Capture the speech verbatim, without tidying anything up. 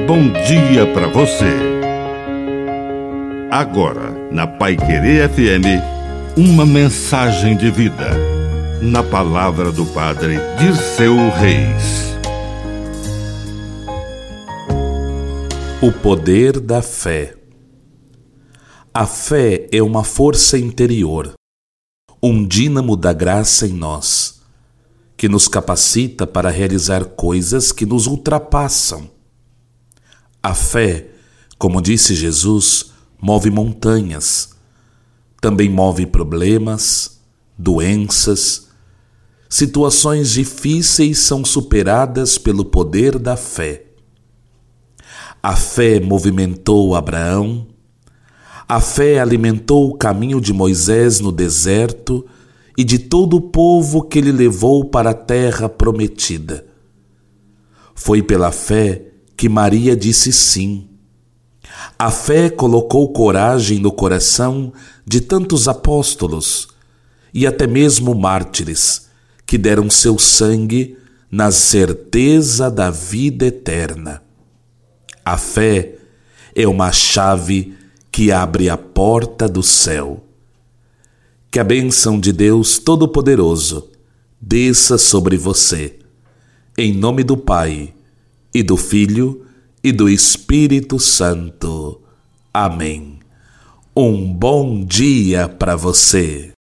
bom dia para você. Agora, na Paiquerê F M, uma mensagem de vida. Na palavra do Padre Dirceu Reis. O poder da fé. A fé é uma força interior, um dínamo da graça em nós, que nos capacita para realizar coisas que nos ultrapassam. A fé, como disse Jesus, move montanhas, também move problemas, doenças. Situações difíceis são superadas pelo poder da fé. A fé movimentou Abraão, a fé alimentou o caminho de Moisés no deserto e de todo o povo que ele levou para a terra prometida. Foi pela fé que Maria disse sim. A fé colocou coragem no coração de tantos apóstolos e até mesmo mártires que deram seu sangue na certeza da vida eterna. A fé é uma chave que abre a porta do céu. Que a bênção de Deus Todo-Poderoso desça sobre você, em nome do Pai, e do Filho, e do Espírito Santo. Amém. Um bom dia para você.